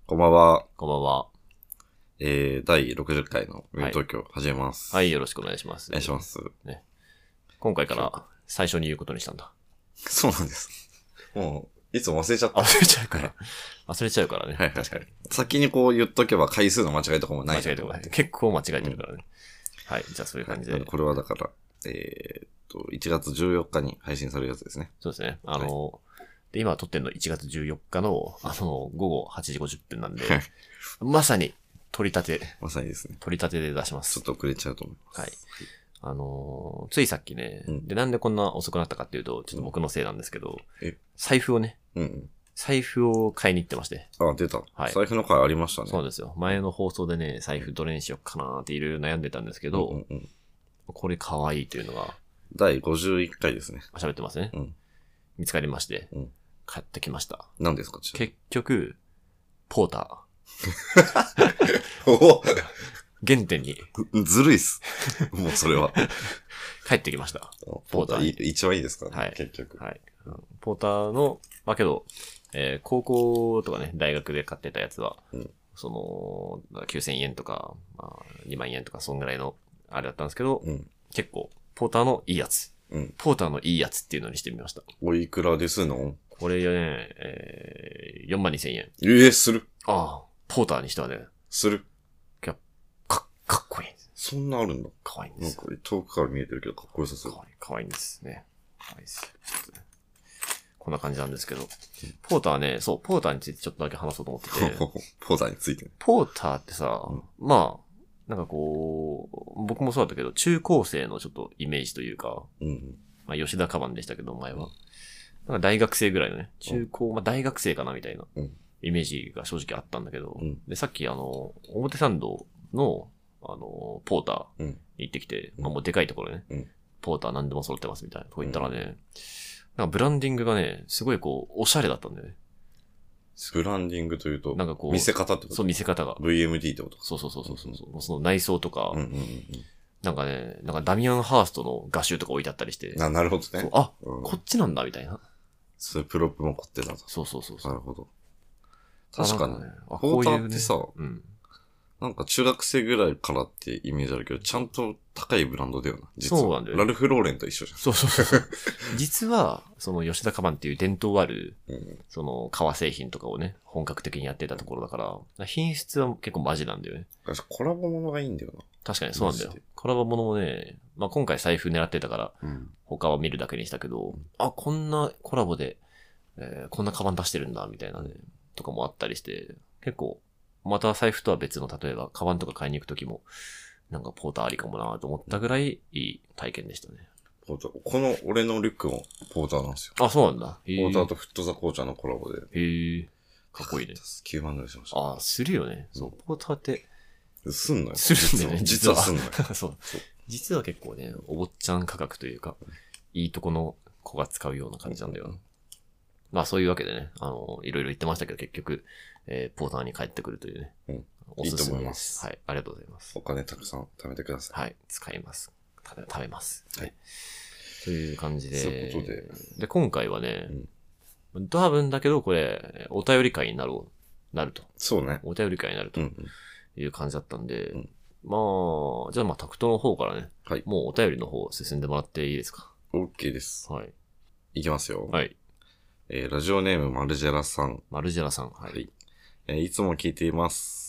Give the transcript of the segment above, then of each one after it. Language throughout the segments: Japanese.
こんばんは。 こんばんは。 第60回のミュー東京始めます。 はい、よろしくお願いします。 お願いします。 ね。今回から最初に言うことにしたんだ。 そうなんです。もう、いつも忘れちゃった。 忘れちゃうから。忘れちゃうからね。 はいはいはい。 確かに。 先にこう言っとけば回数の間違いとかもない。 間違えてもない。結構間違えてるからね。はい、じゃあそういう感じで。 これはだから、1月14日に配信されるやつですね。 そうですね。で、今撮ってんの1月14日の、午後8時50分なんで、まさに、取り立て。 まさにですね。 取り立てで出します。 ちょっと遅れちゃうと思います。 はい。ついさっきね、で、なんでこんな遅くなったかっていうと、ちょっと僕のせいなんですけど、財布をね、財布を買いに行ってまして。 あ、出た。 はい。 財布の回ありましたね。 そうですよ。前の放送でね、財布どれにしようかなーっていろいろ悩んでたんですけど、これ可愛いというのが、 第51回ですね。 喋ってますね。見つかりまして、買ってきました。 何ですか？ 結局、ポーター。お原点に。 ずるいっす。もうそれは。 帰ってきました。 ポーター一番いいですかね、 はい。 結局。 はい。ポーターの、まあけど、高校とかね、大学で買ってたやつは、9000円とか、まあ、2万円とか、そんぐらいの、あれだったんですけど、結構、ポーターのいいやつ。ポーターのいいやつっていうのにしてみました。 おいくらですの？ これね、42,000円。 する。 ああ、ポーターにしてはね。 する。 かっこいいんです。 そんなあるんだ。 かわいいんです。 なんか遠くから見えてるけどかっこよさそう。 かわいいんですね。かわいいです。こんな感じなんですけど。ポーターね、そう、ポーターについてちょっとだけ話そうと思ってて。 ポーターについて。 ポーターってさ、まあ、なんかこう、僕もそうだったけど、中高生のちょっとイメージというか、まあ吉田カバンでしたけど、前は。なんか大学生ぐらいのね、中高、まあ大学生かなみたいな、イメージが正直あったんだけど、で、さっき表参道の、ポーターに行ってきて、まあもうでかいところね、ポーター何でも揃ってますみたいなとこ行ったらね、なんかブランディングがね、すごいこう、おしゃれだったんだよね。 ブランディングというと、 なんかこう、 見せ方ってこと？ そう、見せ方が。 VMD ってことか。 そう。その内装とか、なんかね、なんかダミアン・ハーストの画集とか置いてあったりして。 なるほどね。 こっちなんだ、みたいな。 そういうプロップも凝ってたと。 そう。 なるほど。確かに。 ポーターってさ、なんか中学生ぐらいからってイメージあるけど、ちゃんと高いブランドだよな。実は。 そうなんだよ。 ラルフローレンと一緒じゃん。 そう。実は、その吉田カバンっていう伝統ある、その革製品とかをね、本格的にやってたところだから、品質は結構マジなんだよね。 コラボものがいいんだよな。 確かにそうなんだよ。コラボものもね、まあ今回財布狙ってたから、他は見るだけにしたけど、こんなコラボで、こんなカバン出してるんだ、みたいなね、とかもあったりして、結構、また財布とは別の、例えば、カバンとか買いに行くときも、なんかポーターありかもなと思ったぐらいいい体験でしたね。 ポーター。この俺のリュックもポーターなんですよ。 あ、そうなんだ。 ポーターとフットザコーチャーのコラボで。 へえ。かっこいいね。 9万ぐらいしました。 するよね。そう、ポーターって。 すんのよ。 するんだよね。 実はすんのよ。 そう。実は結構ね、お坊ちゃん価格というか、いいとこの子が使うような感じなんだよ。まあそういうわけでね、いろいろ言ってましたけど、結局、ポーターに帰ってくるというね。おすすめです。いいと思います。はい、ありがとうございます。 お金たくさん貯めてください。 はい、使います。貯めます。 はい。 という感じで。 そういうことで。 で、今回はね、多分だけどこれ、お便り会になると。 そうね。 お便り会になるという感じだったんで、まあ、じゃあタクトの方からね、もうお便りの方進んでもらっていいですか？ OK です。 はい。 いきますよ。 はい。 ラジオネームマルジェラさん。 はい。 いつも聞いています。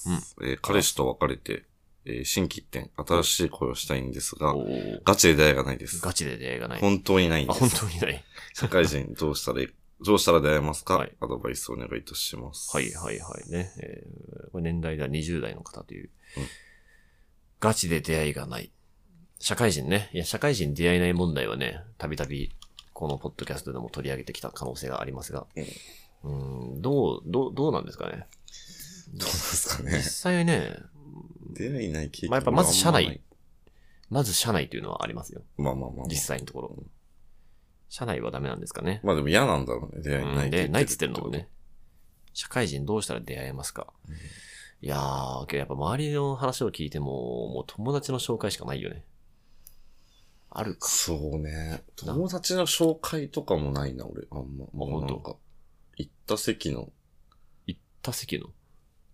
彼氏と別れて、新規一点、新しい恋をしたいんですが、ガチで出会いがないです。 ガチで出会いがない。 本当にないんです。 本当にない。 社会人どうしたら出会えますか？アドバイスお願いいたします。 はいね。これ年代では20代の方という。ガチで出会いがない。社会人ね。いや、社会人出会えない問題はね、たびたびこのポッドキャストでも取り上げてきた可能性がありますが。どうなんですかね。 どうですかね。 実際ね、 出会いない経験。 まあやっぱまず社内というのはありますよ。 まあ。 実際のところ。社内はダメなんですかね。 まあでも嫌なんだろうね、出会いないで、ないっつってんのもね。社会人どうしたら出会えますか？いやー、やっぱ周りの話を聞いても、もう友達の紹介しかないよね。あるか。 そうね。友達の紹介とかもないな、俺。あんま。 本当。 なんか、行った席の。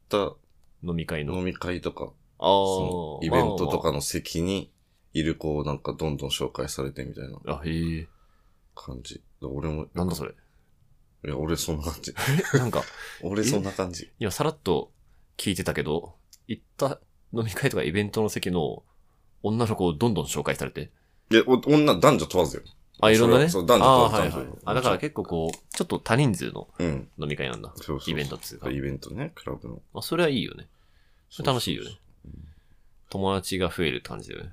った飲み会とか、 そのイベントとかの席にいる子をなんかどんどん紹介されてみたいなへえ。 感じ。俺も。 なんだそれ。 いや、俺そんな感じ。 なんか。 俺そんな感じ。 今さらっと聞いてたけど、行った飲み会とかイベントの席の女の子をどんどん紹介されて。 いや、男女問わずよ。 いろんなね。 そう、男女問わず。 はいはい。だから結構こう、ちょっと多人数の飲み会なんだ。 そう。 イベントっていうか。 イベントね、クラブの。 それはいいよね。それ楽しいよね。友達が増えるって感じだよね。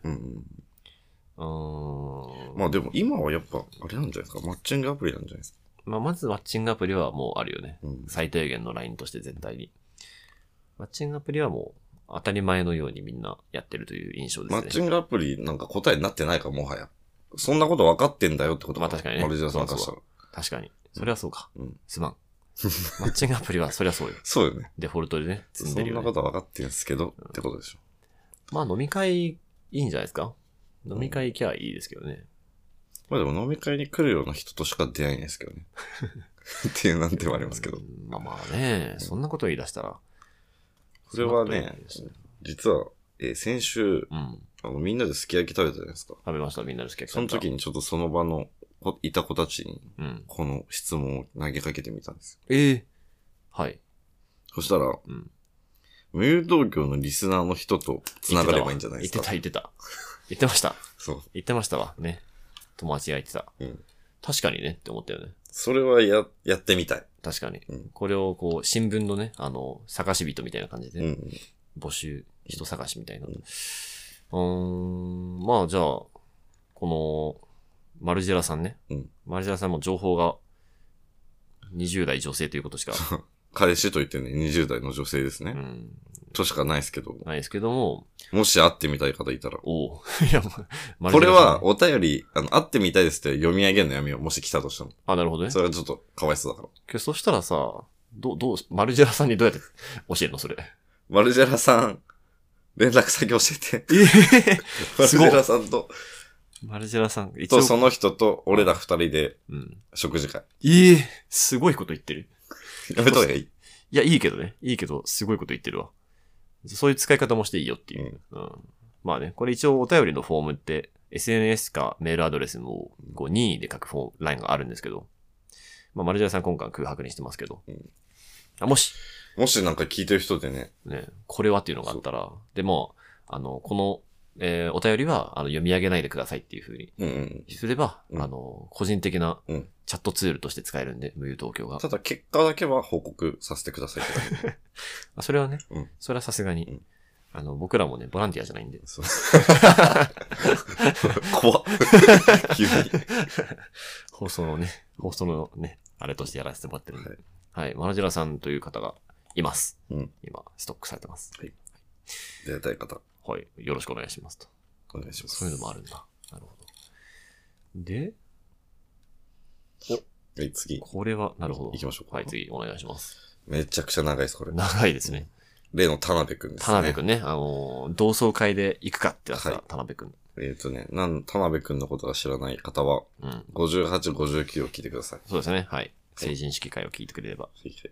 まあでも今はやっぱ、あれなんじゃないですか。マッチングアプリなんじゃないですか。 まずマッチングアプリはもうあるよね。最低限のラインとして絶対に。マッチングアプリはもう当たり前のようにみんなやってるという印象ですね。 マッチングアプリなんか答えになってないかもはや。そんなこと分かってんだよってことか。 確かにね。 マルジャさんからしたら。 確かに。それはそうか。すまん。マッチングアプリはそりゃそうよ。 そうよね。 デフォルトでね、積んでるよね。 そんなことは分かってんすけど、ってことでしょ。 まあ飲み会いいんじゃないですか。飲み会行きゃいいですけどね。 まあでも飲み会に来るような人としか出会えないですけどね。っていうなんてもありますけど。 まあね、そんなこと言い出したら。 それはね、実は、先週、みんなですき焼き食べたじゃないですか。 食べました、みんなですき焼きその時にちょっとその場のいた子たちに、この質問を投げかけてみたんですよ。はい。 そしたら、無友東京のリスナーの人と繋がればいいんじゃないですか。 言ってました。 そう。 言ってましたわ。ね。友達が言ってた。確かにねって思ったよね。 それはやってみたい。 確かに。これをこう、新聞のね、探し人みたいな感じで、募集、人探しみたいな。まあじゃあ、この、マルジェラさんね。マルジェラさんも情報が20代女性ということしか。 彼氏と言ってね、20代の女性ですね。としかないですけど。 ないですけども。 もし会ってみたい方いたら。 いや、 これはお便り、会ってみたいですって読み上げるのやめよう。もし来たとしても。 なるほどね。 それはちょっとかわいそうだから。 そしたらさ、マルジェラさんにどうやって教えるのそれ。 マルジェラさん、連絡先教えて。マルジェラさんと。 マルジェラさん。 と、その人と俺ら2人で、食事会。 すごいこと言ってる。 やめた方がいい？ いや、いいけどね。いいけど、すごいこと言ってるわ。そういう使い方もしていいよっていう。まあね、これ一応お便りのフォームって、SNS かメールアドレスも、こう任意で書くラインがあるんですけど、まあ、マルジェラさん今回空白にしてますけど、もしなんか聞いてる人でね、 これはっていうのがあったら、でも、この、お便りは、読み上げないでくださいっていう風に、すれば、個人的な、チャットツールとして使えるんで、無友東京が。 ただ結果だけは報告させてくださいってそれはね、それはさすがに、僕らもね、ボランティアじゃないんで。 怖っ。急に。 放送のね、あれとしてやらせてもらってるんで。はい。マルジェラさんという方がいます。今、ストックされてます。はい。 出会いたい方。 はい。よろしくお願いしますと。 お願いします。 そういうのもあるんだ。なるほど。で、 次。 これは、なるほど。 行きましょうか。 はい、次、お願いします。 めちゃくちゃ長いです、これ。 長いですね。 例の田辺くんですね。 田辺くんね。同窓会で行くかってやつだ、田辺くん。 田辺くんのことが知らない方は、58、59を聞いてください。 そうですね。はい。成人式会を聞いてくれれば。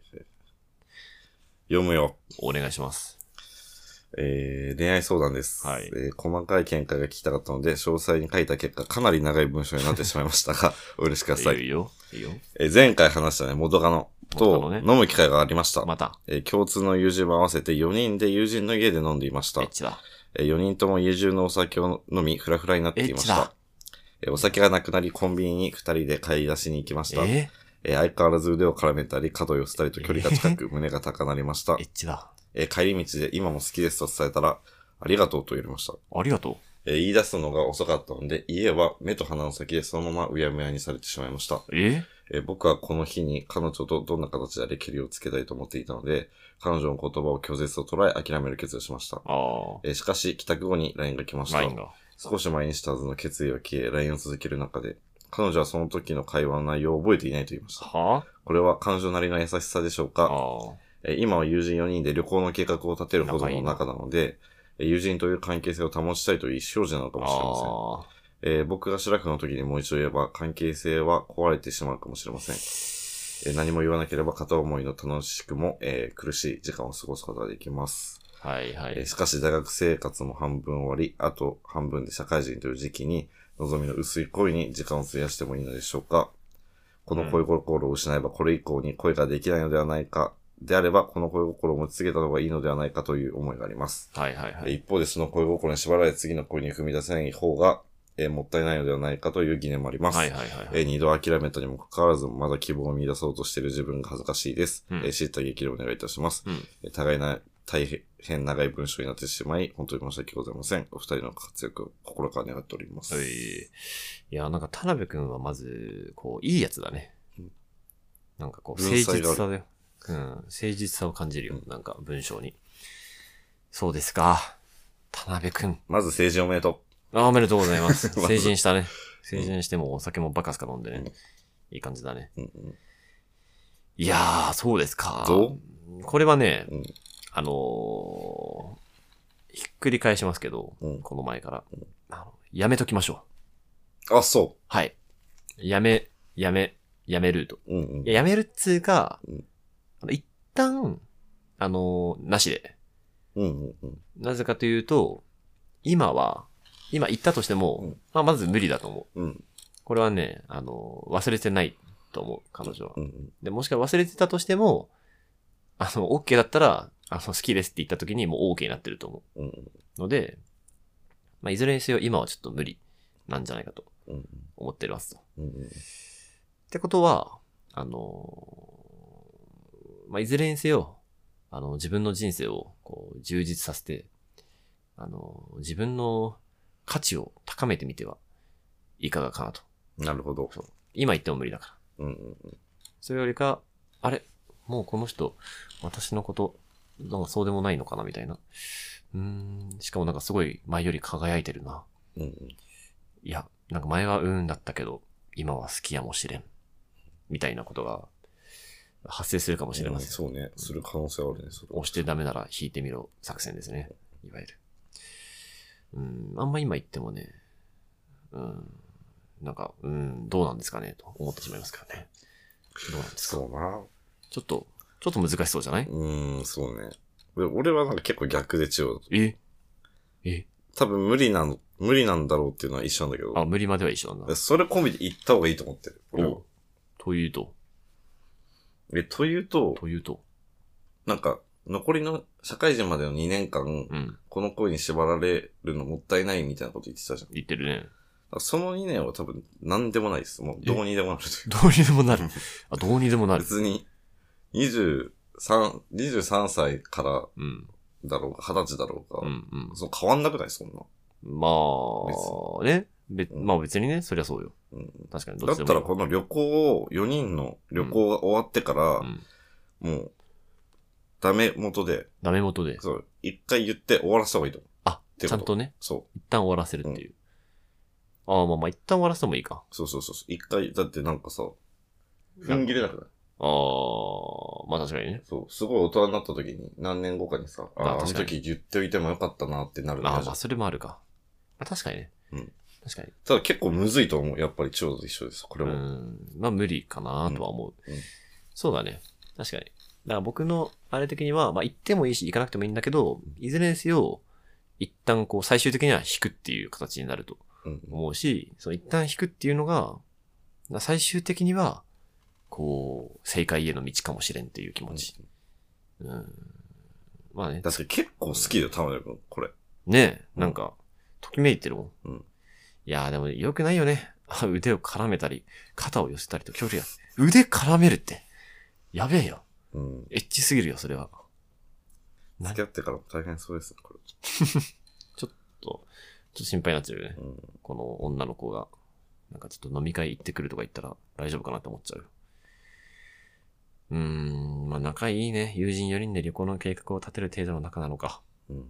読むよ。 お願いします。 恋愛相談です。 はい。 細かい見解が聞きたかったので、詳細に書いた結果、かなり長い文章になってしまいましたが、お許しください。 いいよ。 前回話したね、元カノと飲む機会がありました。 また。 共通の友人も合わせて4人で友人の家で飲んでいました。4人とも家中のお酒を飲み、フラフラになっていました。お酒がなくなり、コンビニに2人で買い出しに行きました。相変わらず腕を絡めたり、角を寄せたりと距離が近く、胸が高鳴りました。帰り道で今も好きですと伝えたら、ありがとうと言われました。 ありがとう。 言い出すのが遅かったので、家は目と鼻の先でそのままうやむやにされてしまいました。僕はこの日に彼女とどんな形であれけりをつけたいと思っていたので、彼女の言葉を拒絶と捉え諦める決意をしました。しかし、帰宅後に LINE が来ました。少し前にしたはずの決意は消え、LINE を続ける中で、彼女はその時の会話の内容を覚えていないと言いました。これは彼女なりの優しさでしょうか？今は友人4人で旅行の計画を立てるほどの仲なので、友人という関係性を保ちたいという意思表示なのかもしれません。僕がシラフの時にもう一度言えば、関係性は壊れてしまうかもしれません。 何も言わなければ片思いの楽しくも、苦しい時間を過ごすことができます。 はいはい。 しかし大学生活も半分終わり、あと半分で社会人という時期に、望みの薄い恋に時間を費やしてもいいのでしょうか。この恋心を失えばこれ以降に恋ができないのではないか。であれば、この恋心を持ち続けた方がいいのではないかという思いがあります。 はいはいはい。 一方でその恋心に縛られ次の恋に踏み出せない方が、もったいないのではないかという疑念もあります。 はいはいはい、 二度諦めたにもかかわらず、まだ希望を見出そうとしている自分が恥ずかしいです。知った激励をお願いいたします。大変長い文章になってしまい、本当に申し訳ございません。お二人の活躍を心から願っております。 いや、なんか田辺くんはまず、こう、いいやつだね。なんかこう、誠実さだよ。誠実さを感じるよ。なんか文章に。そうですか。田辺くん。 まず成人おめでとう。おめでとうございます。成人したね。成人してもお酒もバカすか飲んでね。いい感じだね。いやー、そうですか。 どう？これはね、ひっくり返しますけど、この前から、やめときましょう。あ、そう。 はい。やめると。やめるっつうか、一旦、なしで。なぜかというと、今言ったとしても、まず無理だと思う。これはね、忘れてないと思う、彼女は。で、もしか忘れてたとしても、OK だったら、好きですって言った時にもう OK になってると思う。ので、いずれにせよ今はちょっと無理なんじゃないかと思ってますと。ってことは、いずれにせよ、自分の人生をこう充実させて、自分の価値を高めてみてはいかがかなと。 なるほど。 今言っても無理だから。それよりか、あれもうこの人、私のこと、なんかそうでもないのかなみたいな。しかもなんかすごい前より輝いてるな。いや、なんか前はだったけど、今は好きやもしれん。みたいなことが発生するかもしれません。 そうね。する可能性はあるね。 押してダメなら引いてみろ作戦ですね。いわゆる。あんま今言ってもね、なんか、どうなんですかねと思ってしまいますからね。どうなんですか。 そうな。 ちょっと難しそうじゃない？ そうね。俺はなんか結構逆で違う。多分無理なんだろうっていうのは一緒なんだけど。 無理までは一緒なんだ。 それ込みで言った方がいいと思ってる。俺は。 というとというとなんか、残りの社会人までの2年間、この恋に縛られるのもったいないみたいなこと言ってたじゃん。 言ってるね。 その2年は多分何でもないです。もうどうにでもなる。 どうにでもなる。どうにでもなる。 別に、23歳からだろうか、20歳だろうか。そう変わんなくないそんな。 まあ、ね。まあ別にね、そりゃそうよ。確かにどっちでもいい。だったらこの旅行を、4人の旅行が終わってから、もう、ダメ元で。そう、一回言って終わらせた方がいいと思う。 ちゃんとね。 そう。 一旦終わらせるっていう。まあ一旦終わらせてもいいか。 そう。一回、だってなんかさ、踏ん切れなくない？ まあ確かにね。 そう。すごい大人になった時に、何年後かにさ、あの時言っておいてもよかったなってなる。 まあそれもあるか。確かにね。確かに。 ただ結構むずいと思う。やっぱりちょうど一緒です。これも。 まあ無理かなとは思う。そうだね。確かに。だから僕のあれ的には、まあ行ってもいいし行かなくてもいいんだけど、いずれにせよ、一旦こう最終的には引くっていう形になると思うし、その一旦引くっていうのが、最終的には、こう、正解への道かもしれんっていう気持ち。まあね。 確かに結構好きだよ、玉田君、これ。 ねえ、なんか、ときめいてるもん。いやーでも良くないよね。腕を絡めたり、肩を寄せたりと距離が。腕絡めるって。やべえよ。エッチすぎるよ、それは。 付き合ってからも大変そうですよ、これ。 ちょっと心配になっちゃうよね。この女の子が、なんかちょっと飲み会行ってくるとか言ったら大丈夫かなって思っちゃう。まあ仲いいね。友人4人で旅行の計画を立てる程度の仲なのか。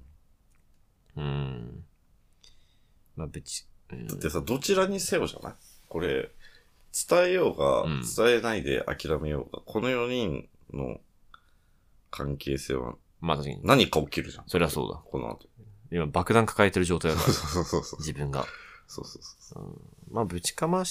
まあだってさ、どちらにせよじゃない？これ、伝えようが、伝えないで諦めようが、この4人の関係性は、 まあ確かに。 何か起きるじゃん。 そりゃそうだ。 この後。 今爆弾抱えてる状態だから。 そう。 自分が。 そう。 まあぶちかまし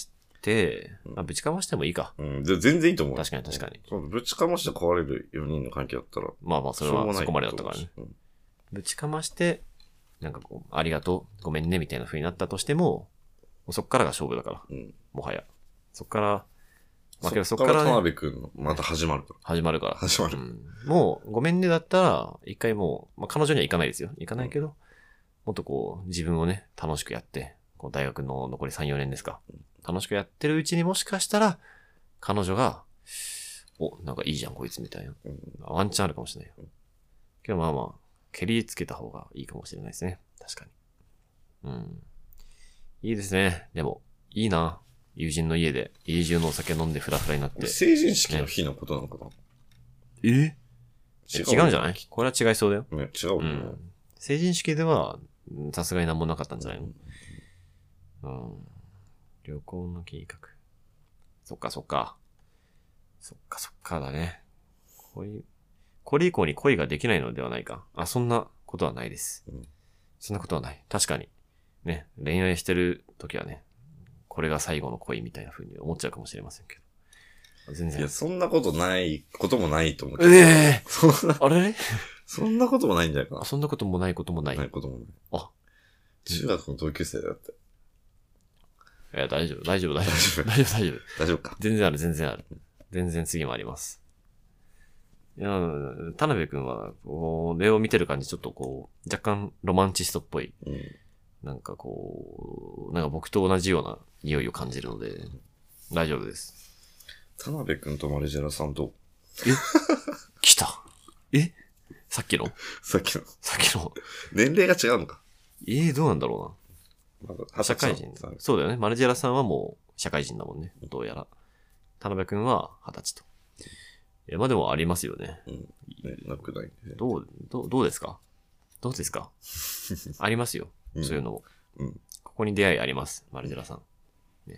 て、まあ、ぶちかましてもいいか。 全然いいと思う。 確かに。 ぶちかまして変われる4人の関係だったら。 まあ、それはそこまでだったからね。ぶちかまして、なんかこう、ありがとう、ごめんね、みたいな風になったとしても、そっからが勝負だから。もはや。そっから、 まあ、けどそっから、ね、田辺くんの、また始まるから。 始まるから。 始まる。 もう、ごめんねだったら、一回もう、まあ、彼女には行かないですよ。行かないけど、もっとこう、自分をね、楽しくやって、こう大学の残り3、4年ですか。楽しくやってるうちにもしかしたら、彼女が、なんかいいじゃん、こいつみたいな。ワンチャンあるかもしれないよ。けどまあ、蹴りつけた方がいいかもしれないですね。確かに。いいですね。でも、いいな。友人の家で、家中のお酒飲んでフラフラになって。 成人式の日のことなのかな、 違うんじゃない？これは違いそうだよ。 ね、違うね、 成人式では、さすがになんもなかったんじゃないの？旅行の計画。そっかだね。これ以降に恋ができないのではないか。そんなことはないです。そんなことはない。確かに。ね、恋愛してる時はね、これが最後の恋みたいな風に思っちゃうかもしれませんけど。全然。 いや、そんなことないこともないと思うけど。あれそんなこともないんじゃないかな。 そんなこともないこともない。 ないこともない。中学の同級生だって。 いや、大丈夫か。全然ある。全然次もあります。いや、田辺くんは、こう、例を見てる感じ、ちょっとこう、若干ロマンチストっぽい。なんかこう、なんか僕と同じような匂いを感じるので、大丈夫です。 田辺くんとマルジェラさんと。 来た。さっきの。 年齢が違うのか。 どうなんだろうな。社会人。そうだよね。マルジェラさんはもう社会人だもんね。どうやら。田辺くんは20歳と。まあでもありますよね。 なくないね。 どうですかありますよ。そういうのも。ここに出会いあります。マルジェラさん。ね。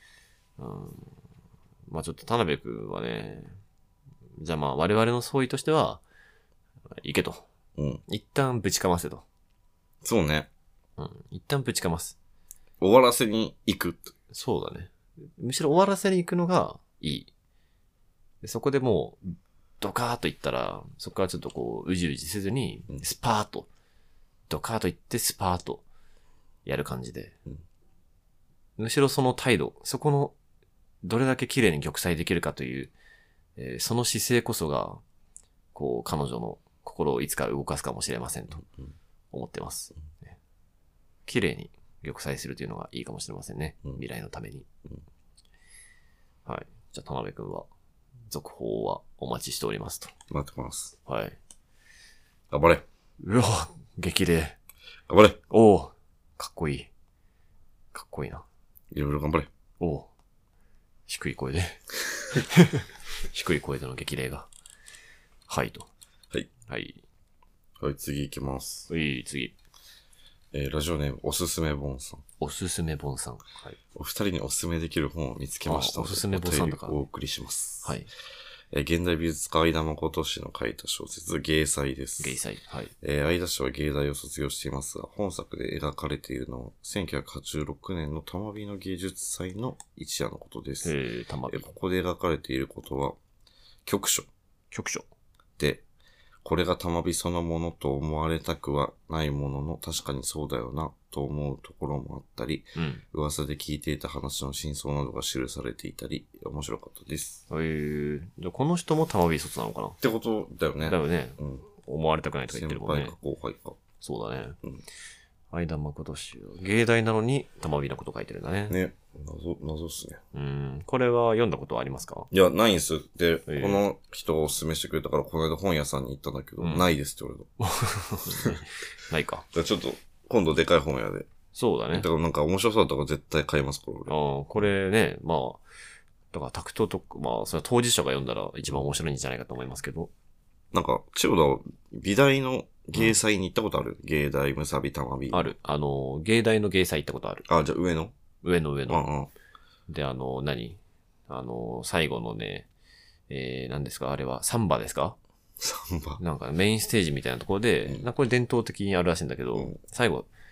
まあちょっと田辺くんはね、じゃあまあ我々の総意としては、行けと。一旦ぶちかませと。 そうね。 一旦ぶちかます。 終わらせに行く。 そうだね。むしろ終わらせに行くのがいい。でそこでもう、ドカーッと行ったら、そこからちょっとこう、うじうじせずに、スパーッと、ドカーッと行ってスパーッと、やる感じで。むしろその態度、そこの、どれだけ綺麗に玉砕できるかという、その姿勢こそが、こう、彼女の心をいつか動かすかもしれませんと、思ってます。綺麗に玉砕するというのがいいかもしれませんね。未来のために。はい。じゃあ、田辺くんは、続報はお待ちしておりますと。 待ってます。 はい。 頑張れ。 うわ、激励。 頑張れ。 おお、かっこいい。かっこいいな。 いろいろ頑張れ。 おお。低い声で。低い声での激励が。はいと。 はい。 はい。 はい、次行きます。 次。 ラジオネーム、おすすめ本さん。 おすすめ本さん。はい。 お二人におすすめできる本を見つけましたので、 おすすめ本さんだから。 お送りします。 はい。 現代美術家相田誠氏の書いた小説、芸祭です。 芸祭。はい。 相田氏は芸大を卒業していますが、本作で描かれているのは、1986年の玉美の芸術祭の一夜のことです。 玉美。 ここで描かれていることは、局所。で、これが玉美そのものと思われたくはないものの、確かにそうだよな、と思うところもあったり、噂で聞いていた話の真相などが記されていたり、面白かったです。 じゃあこの人も玉美卒なのかなってことだよね。 だよね。思われたくないとか言ってるもんね。 先輩か後輩か。 そうだね。相田誠氏は芸大なのに玉美のこと書いてるんだね。 ね。謎っすね。 これは読んだことはありますか？ いや、ないんす。で、この人をお勧めしてくれたから、この間本屋さんに行ったんだけど、ないですって言われた。 ないか。 じゃあちょっと、今度でかい本屋で。 そうだね。 だからなんか面白そうだったから絶対買いますから、 これね、まあ、だからタクトとか、まあ、それは当事者が読んだら一番面白いんじゃないかと思いますけど。 なんか、千代田、美大の芸祭に行ったことある？芸大、むさび、玉美。 ある。芸大の芸祭行ったことある。 じゃあ上の。 で、最後のね、何ですかあれは、サンバですか？ サンバ。 なんかメインステージみたいなところで、これ伝統的にあるらしいんだけど、最後、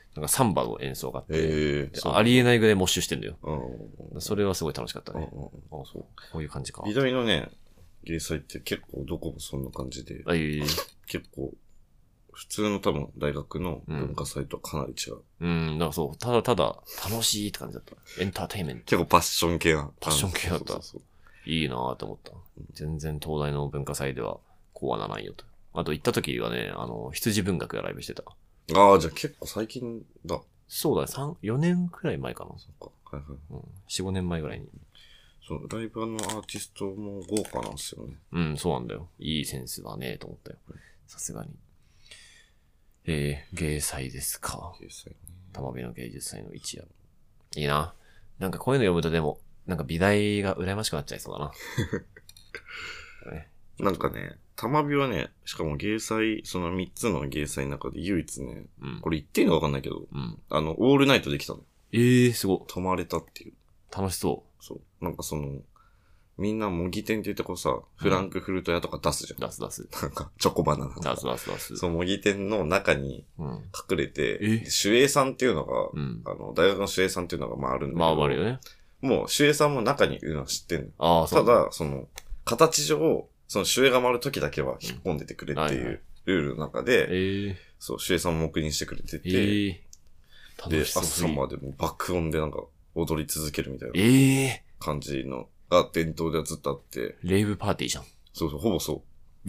なんかサンバの演奏があって、ありえないぐらいモッシュしてんだよ。それはすごい楽しかったね。こういう感じか。 美大のね、芸祭って結構どこもそんな感じで、結構、普通の多分大学の文化祭とはかなり違う。 だからそう、ただただ楽しいって感じだった。エンターテインメント。 結構パッション系な。 パッション系だった。いいなぁと思った。全然東大の文化祭ではこうはならないよと。あと行った時はね、羊文学がライブしてた。 ああ、じゃあ結構最近だ。 そうだね、4年くらい前かな。 そうか。はいはい。 4、5年前ぐらいに。 そう、ライブのアーティストも豪華なんですよね。そうなんだよ。いいセンスだね、と思ったよ。さすがに。芸祭ですか。芸祭ね。玉辺の芸術祭の一夜。いいな。なんかこういうの読むとでも、なんか美大が羨ましくなっちゃいそうだな。 なんかね、玉美はね、しかも芸祭、その3つの芸祭の中で唯一ね、これ言っていいのかわかんないけど、オールナイトできたの。 すごい。 泊まれたっていう。 楽しそう。 そう。なんかみんな模擬店って言ってこうさ、フランクフルト屋とか出すじゃん。 出す。 なんか、チョコバナナとか。 出す。 そう、模擬店の中に隠れて、守衛さんっていうのが、大学の守衛さんっていうのがあるんだけど。 あるよね。 もう守衛さんも中にいるのは知ってんの。ただ、形上、その守衛が回る時だけは引っ込んでてくれっていうルールの中で、そう、守衛さんも黙認してくれてて、で、朝までも爆音でなんか踊り続けるみたいな感じのが伝統ではずっとあって。 レイブパーティーじゃん。 そう、ほぼそう。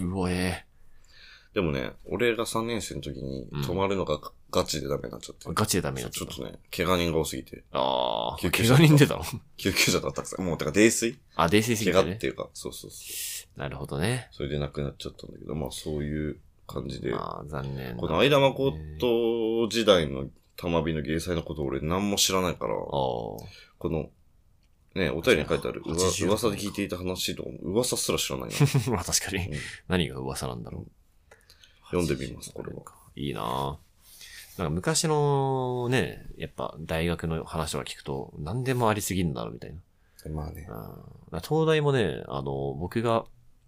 うわでもね、俺が3年生の時に泊まるのがガチでダメになっちゃって。 ガチでダメになっちゃった。 ちょっとね、怪我人が多すぎて。 怪我人出たの救急車だったくさん。もう、だから泥酔泥酔すぎてね。 怪我っていうか、そう。 なるほどね。 それで亡くなっちゃったんだけど、そういう感じで。 残念。 この相田誠時代の玉美の芸祭のことを俺何も知らないから、この、ね、お便りに書いてある噂で聞いていた話と噂すら知らないな。確かに。何が噂なんだろう。 読んでみます、これは。 いいなぁ。なんか昔のね、やっぱ大学の話とか聞くと何でもありすぎるんだろうみたいな。 まあね。 東大もね、僕が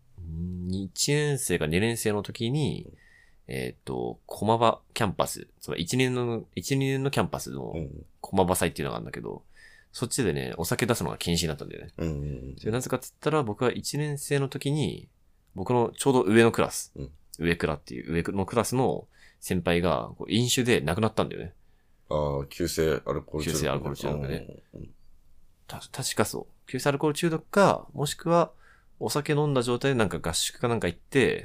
1年生か2年生の時に、駒場キャンパス、1、2年のキャンパスの駒場祭っていうのがあるんだけど、そっちでね、お酒出すのが禁止になったんだよね。それなぜかって言ったら、僕は1年生の時に、僕のちょうど上のクラス、上倉っていう上のクラスの先輩が飲酒で亡くなったんだよね。 急性アルコール中毒。 急性アルコール中毒ね。確かそう。急性アルコール中毒か、もしくは、お酒飲んだ状態でなんか合宿かなんか行って、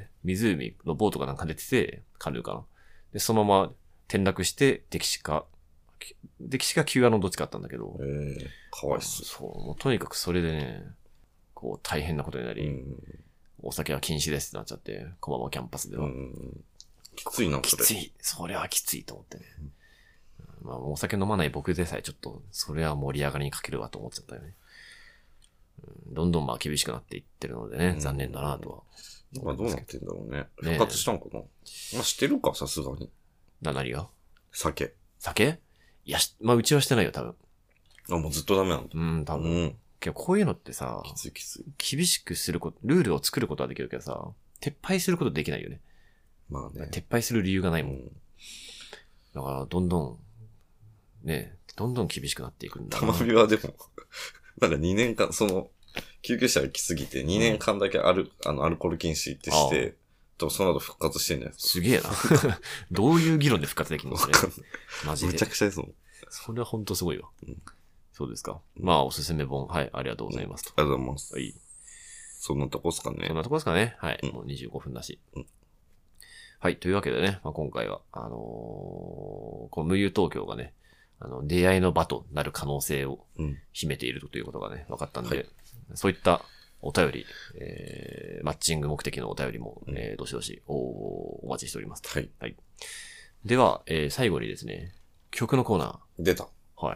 湖のボートかなんか出てて、カヌーかな。で、そのまま転落して、溺死か急のどっちかあったんだけど。 かわいそう。 そう。もうとにかくそれでね、大変なことになり、お酒は禁止ですってなっちゃって、駒場キャンパスでは。 きついな、 それ。きつい。それはきついと思ってね。お酒飲まない僕でさえちょっと、それは盛り上がりに欠けるわと思っちゃったよね。どんどん厳しくなっていってるのでね、残念だなとは。どうなってんだろうね。復活したんかな。してるか、さすがに。 何が酒いや、うちはしてないよ、多分。 もうずっとダメなんだ。多分。けどこういうのってさ、 きつい。 厳しくすること、ルールを作ることはできるけどさ、撤廃することできないよね。 まあね。 撤廃する理由がないもん。だから、どんどん厳しくなっていくんだ。 玉美はでも、なんか2年間、救急車が来すぎて2年間だけアルコール禁止ってして、その後復活してんじゃないですか。 すげえな。どういう議論で復活できるのそれ。マジで。 めちゃくちゃですもん。 それはほんとすごいわ。そうですか。おすすめ本、はい、ありがとうございますと。 ありがとうございます。 はい。 そんなとこですかね。 はい。もう25分だし。はい。というわけでね、今回は、この無友東京がね、出会いの場となる可能性を秘めているということがね、分かったんで、そういったお便り、マッチング目的のお便りも、どしどしお待ちしております。 はい。 では、最後にですね、曲のコーナー。 出た。 はい。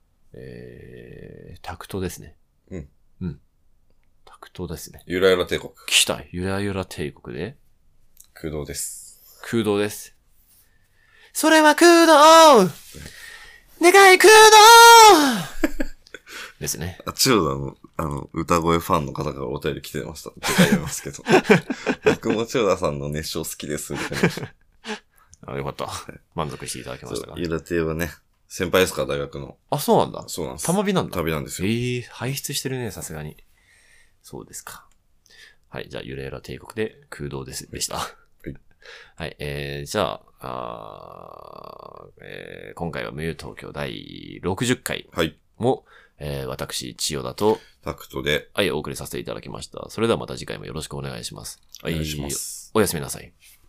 タクトですね。タクトですね。 ゆらゆら帝国。 聞きたい。ゆらゆら帝国で空洞です。 空洞です。それは空洞願い空洞ですね。 千代田の、歌声ファンの方からお便り来てましたって書いてますけど。僕も千代田さんの熱唱好きです。 よかった。満足していただけましたか。 ゆら亭はね、先輩ですから、大学の。 あ、そうなんだ。 そうなんです。 玉美なんだ。 旅なんですよ。 輩出してるね、さすがに。そうですか。はい、じゃあ、ゆらゆら帝国で空洞でした。はい。はい、じゃあ、今回は無友東京第60回も、私、千代田と、 タクトで、 はい、お送りさせていただきました。それではまた次回もよろしくお願いします。 お願いします。 おやすみなさい。